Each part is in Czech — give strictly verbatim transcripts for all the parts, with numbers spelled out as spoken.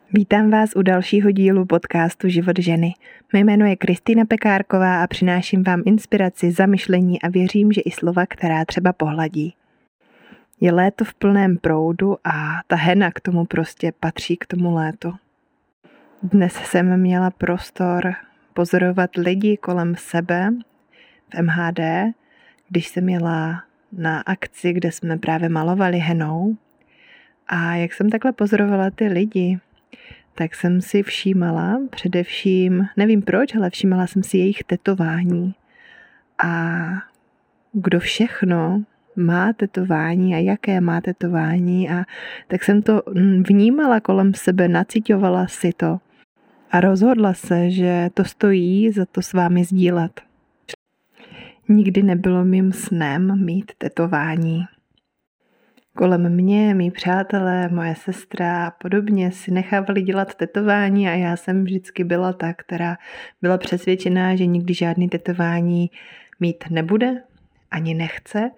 Vítám vás u dalšího dílu podcastu Život ženy. Mé jméno je Kristýna Pekárková a přináším vám inspiraci, zamyšlení a věřím, že i slova, která třeba pohladí. Je léto v plném proudu a ta hena k tomu prostě patří k tomu létu. Dnes jsem měla prostor pozorovat lidi kolem sebe v M H D, když jsem jela na akci, kde jsme právě malovali henou. A jak jsem takhle pozorovala ty lidi, tak jsem si všímala především, nevím proč, ale všímala jsem si jejich tetování. A kdo všechno má tetování a jaké má tetování. A tak jsem to vnímala kolem sebe, nacíťovala si to a rozhodla se, že to stojí za to s vámi sdílet. Nikdy nebylo mým snem mít tetování. Kolem mě, mý přátelé, moje sestra a podobně si nechávali dělat tetování a já jsem vždycky byla ta, která byla přesvědčená, že nikdy žádný tetování mít nebude, ani nechce.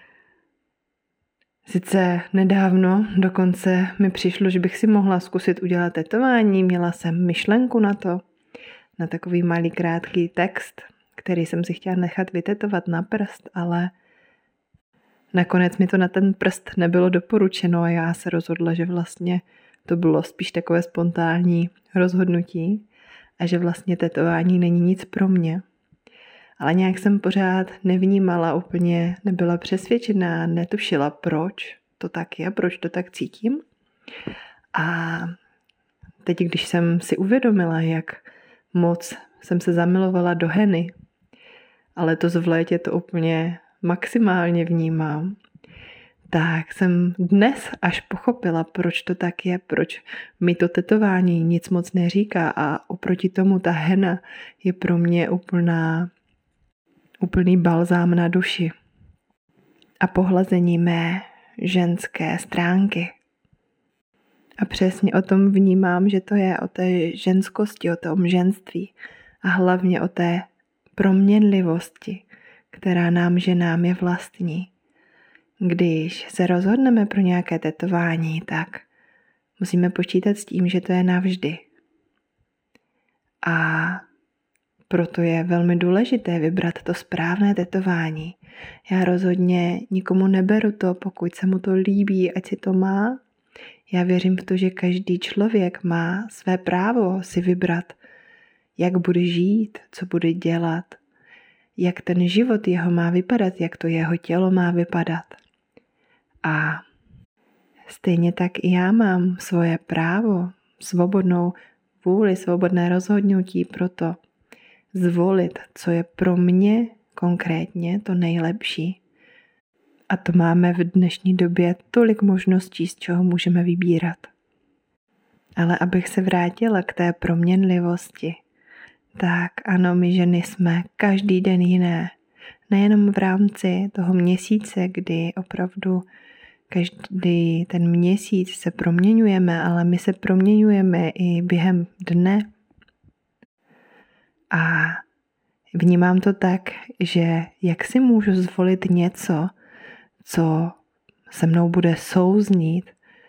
Sice nedávno dokonce mi přišlo, že bych si mohla zkusit udělat tetování, měla jsem myšlenku na to, na takový malý krátký text, který jsem si chtěla nechat vytetovat na prst, ale nakonec mi to na ten prst nebylo doporučeno a já se rozhodla, že vlastně to bylo spíš takové spontánní rozhodnutí a že vlastně tetování není nic pro mě. Ale nějak jsem pořád nevnímala úplně, nebyla přesvědčená, netušila, proč to tak je, proč to tak cítím. A teď, když jsem si uvědomila, jak moc jsem se zamilovala do heny, ale to v létě to úplně maximálně vnímám, tak jsem dnes až pochopila, proč to tak je, proč mi to tetování nic moc neříká a oproti tomu ta hena je pro mě úplná, úplný balzám na duši a pohlazení mé ženské stránky. A přesně o tom vnímám, že to je o té ženskosti, o tom ženství a hlavně o té proměnlivosti, která nám ženám je vlastní. Když se rozhodneme pro nějaké tetování, tak musíme počítat s tím, že to je navždy. A proto je velmi důležité vybrat to správné tetování. Já rozhodně nikomu neberu to, pokud se mu to líbí, ať si to má. Já věřím v to, že každý člověk má své právo si vybrat, jak bude žít, co bude dělat, jak ten život jeho má vypadat, jak to jeho tělo má vypadat. A stejně tak i já mám svoje právo, svobodnou vůli, svobodné rozhodnutí pro to zvolit, co je pro mě konkrétně to nejlepší. A to máme v dnešní době tolik možností, z čeho můžeme vybírat. Ale abych se vrátila k té proměnlivosti, tak ano, my ženy jsme každý den jiné. Nejenom v rámci toho měsíce, kdy opravdu každý ten měsíc se proměňujeme, ale my se proměňujeme i během dne. A vnímám to tak, že jak si můžu zvolit něco, co se mnou bude souznít,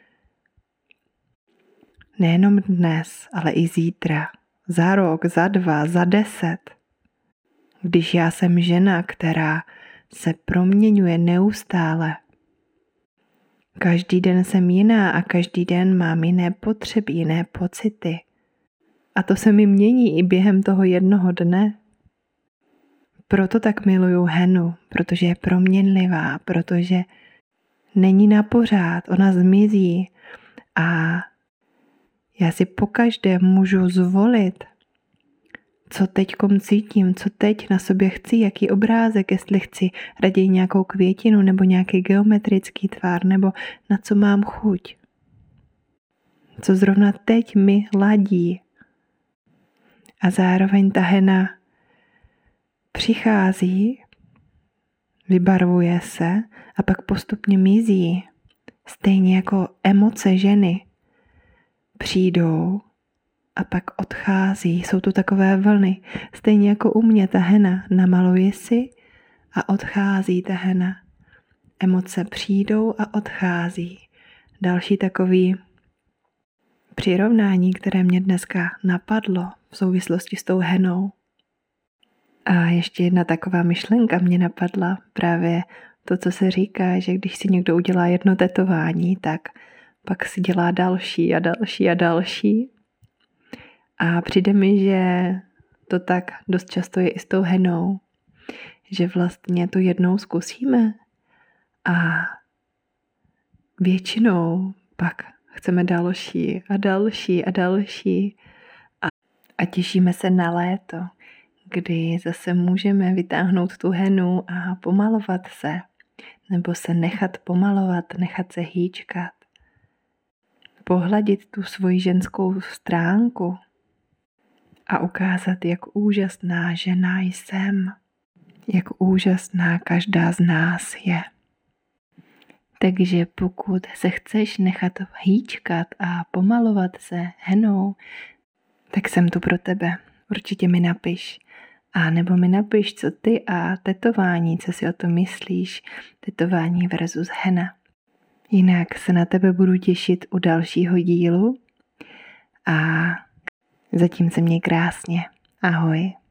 nejenom dnes, ale i zítra. Za rok, za dva, za deset. Když já jsem žena, která se proměňuje neustále. Každý den jsem jiná a každý den mám jiné potřeby, jiné pocity. A to se mi mění i během toho jednoho dne. Proto tak miluju henu, protože je proměnlivá, protože není na pořád, ona zmizí a já si pokaždé můžu zvolit, co teďkom cítím, co teď na sobě chci, jaký obrázek, jestli chci raději nějakou květinu nebo nějaký geometrický tvar, nebo na co mám chuť. Co zrovna teď mi ladí. A zároveň ta hena přichází, vybarvuje se a pak postupně mizí. Stejně jako emoce ženy přijdou a pak odchází. Jsou to takové vlny. Stejně jako u mě ta hena namaluje si a odchází ta hena. Emoce přijdou a odchází. Další takový přirovnání, které mě dneska napadlo v souvislosti s tou henou. A ještě jedna taková myšlenka mě napadla, právě to, co se říká, že když si někdo udělá jedno tetování, tak pak si dělá další a další a další. A přijde mi, že to tak dost často je i s tou henou, že vlastně to jednou zkusíme a většinou pak chceme další a další a další a, a těšíme se na léto, kdy zase můžeme vytáhnout tu henu a pomalovat se, nebo se nechat pomalovat, nechat se hýčkat, pohladit tu svoji ženskou stránku a ukázat, jak úžasná žena jsem, jak úžasná každá z nás je. Takže pokud se chceš nechat hýčkat a pomalovat se henou, tak jsem tu pro tebe. Určitě mi napiš. A nebo mi napiš, co ty a tetování, co si o tom myslíš, tetování versus hena. Jinak se na tebe budu těšit u dalšího dílu a zatím se měj krásně. Ahoj.